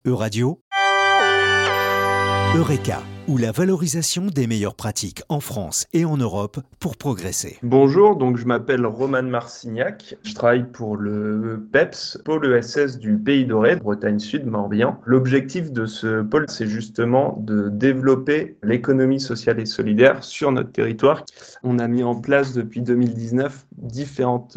Euradio, Eureka, ou la valorisation des meilleures pratiques en France et en Europe pour progresser. Bonjour, donc je m'appelle Roman Marcignac, je travaille pour le PEPS, pôle ESS du Pays Doré, Bretagne Sud, Morbihan. L'objectif de ce pôle, c'est justement de développer l'économie sociale et solidaire sur notre territoire. On a mis en place depuis 2019 différentes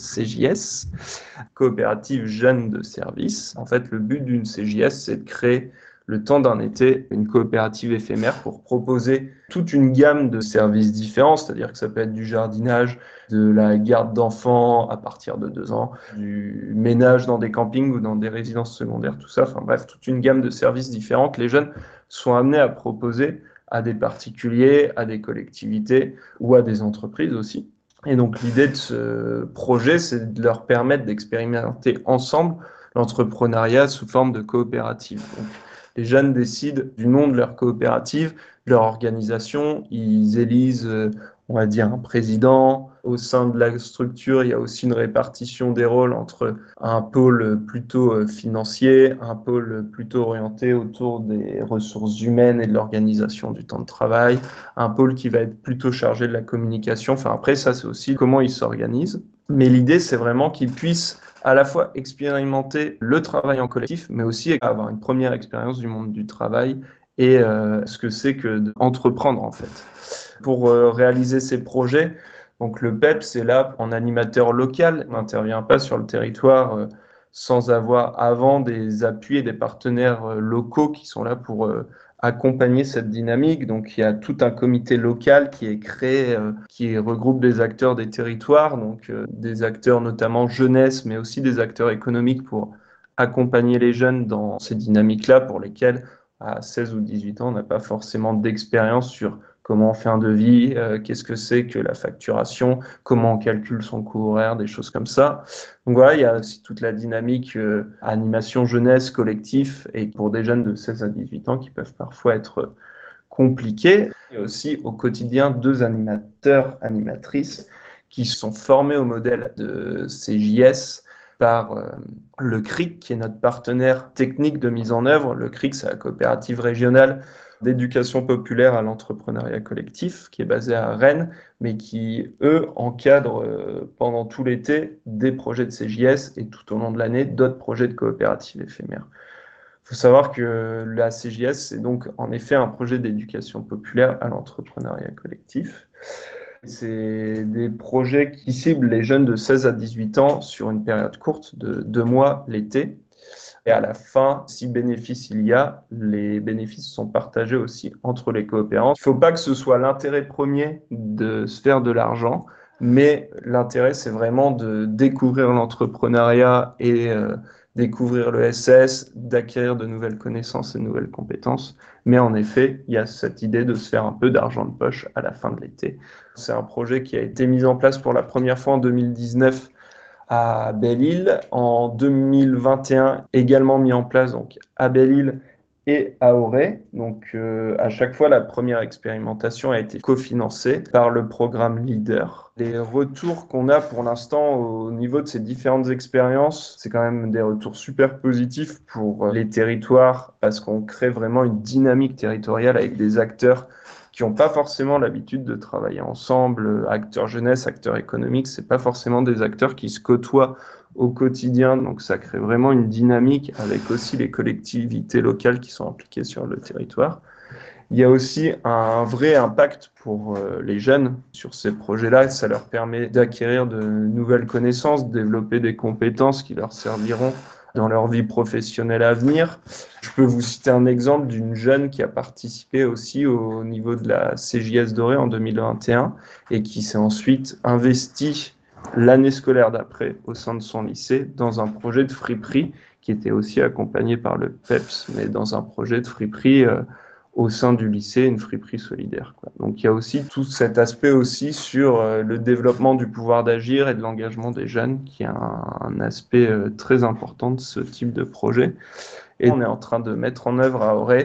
CJS, coopératives jeunes de service. En fait, le but d'une CJS, c'est de créer le temps d'un été, une coopérative éphémère pour proposer toute une gamme de services différents, c'est-à-dire que ça peut être du jardinage, de la garde d'enfants à partir de 2 ans, du ménage dans des campings ou dans des résidences secondaires, tout ça, enfin bref, toute une gamme de services différents que les jeunes sont amenés à proposer à des particuliers, à des collectivités ou à des entreprises aussi. Et donc l'idée de ce projet, c'est de leur permettre d'expérimenter ensemble l'entrepreneuriat sous forme de coopérative. Donc, les jeunes décident du nom de leur coopérative, de leur organisation. Ils élisent, on va dire, un président. Au sein de la structure, il y a aussi une répartition des rôles entre un pôle plutôt financier, un pôle plutôt orienté autour des ressources humaines et de l'organisation du temps de travail, un pôle qui va être plutôt chargé de la communication. Enfin, après, ça, c'est aussi comment ils s'organisent. Mais l'idée, c'est vraiment qu'ils puissent à la fois expérimenter le travail en collectif, mais aussi avoir une première expérience du monde du travail et ce que c'est que d'entreprendre en fait. Pour réaliser ces projets, donc le PEPS est là en animateur local, on n'intervient pas sur le territoire sans avoir avant des appuis et des partenaires locaux qui sont là pour accompagner cette dynamique. Donc il y a tout un comité local qui est créé, qui regroupe des acteurs des territoires, donc des acteurs notamment jeunesse, mais aussi des acteurs économiques pour accompagner les jeunes dans ces dynamiques-là pour lesquelles à 16 ou 18 ans, on n'a pas forcément d'expérience sur comment on fait un devis, qu'est-ce que c'est que la facturation, comment on calcule son coût horaire, des choses comme ça. Donc voilà, il y a aussi toute la dynamique animation jeunesse, collectif, et pour des jeunes de 16 à 18 ans qui peuvent parfois être compliqués. Il y a aussi au quotidien 2 animateurs, animatrices qui sont formés au modèle de CJS par le CRIC, qui est notre partenaire technique de mise en œuvre. Le CRIC, c'est la coopérative régionale d'éducation populaire à l'entrepreneuriat collectif, qui est basée à Rennes, mais qui, eux, encadrent pendant tout l'été des projets de CJS et tout au long de l'année d'autres projets de coopératives éphémères. Il faut savoir que la CJS, c'est donc en effet un projet d'éducation populaire à l'entrepreneuriat collectif. C'est des projets qui ciblent les jeunes de 16 à 18 ans sur une période courte de 2 mois l'été. Et à la fin, si bénéfice il y a, les bénéfices sont partagés aussi entre les coopérants. Il ne faut pas que ce soit l'intérêt premier de se faire de l'argent, mais l'intérêt, c'est vraiment de découvrir l'entrepreneuriat et découvrir le SS, d'acquérir de nouvelles connaissances et de nouvelles compétences. Mais en effet, il y a cette idée de se faire un peu d'argent de poche à la fin de l'été. C'est un projet qui a été mis en place pour la première fois en 2019 à Belle-Île, en 2021 également mis en place donc à Belle-Île et à Auray. Donc à chaque fois, la première expérimentation a été cofinancée par le programme Leader. Les retours qu'on a pour l'instant au niveau de ces différentes expériences, c'est quand même des retours super positifs pour les territoires parce qu'on crée vraiment une dynamique territoriale avec des acteurs qui n'ont pas forcément l'habitude de travailler ensemble, acteurs jeunesse, acteurs économiques, c'est pas forcément des acteurs qui se côtoient au quotidien, donc ça crée vraiment une dynamique avec aussi les collectivités locales qui sont impliquées sur le territoire. Il y a aussi un vrai impact pour les jeunes sur ces projets-là, ça leur permet d'acquérir de nouvelles connaissances, de développer des compétences qui leur serviront dans leur vie professionnelle à venir. Je peux vous citer un exemple d'une jeune qui a participé aussi au niveau de la CJS Dorée en 2021 et qui s'est ensuite investie l'année scolaire d'après au sein de son lycée dans un projet de friperie qui était aussi accompagné par le PEPS, mais dans un projet de friperie au sein du lycée, une friperie solidaire, quoi. Donc il y a aussi tout cet aspect aussi sur le développement du pouvoir d'agir et de l'engagement des jeunes, qui est un aspect très important de ce type de projet. Et on est en train de mettre en œuvre à Auray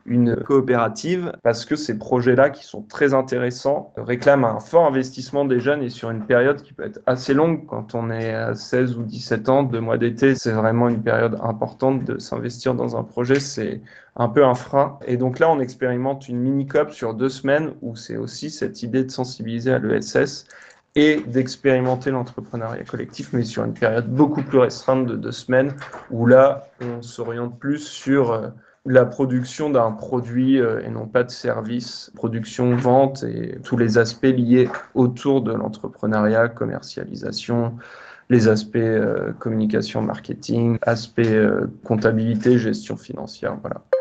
une coopérative parce que ces projets-là qui sont très intéressants réclament un fort investissement des jeunes et sur une période qui peut être assez longue quand on est à 16 ou 17 ans, 2 mois d'été, c'est vraiment une période importante de s'investir dans un projet, c'est un peu un frein. Et donc là, on expérimente une mini-COP sur 2 semaines où c'est aussi cette idée de sensibiliser à l'ESS et d'expérimenter l'entrepreneuriat collectif, mais sur une période beaucoup plus restreinte de 2 semaines, où là, on s'oriente plus sur la production d'un produit et non pas de service, production, vente et tous les aspects liés autour de l'entrepreneuriat, commercialisation, les aspects communication, marketing, aspects comptabilité, gestion financière, voilà.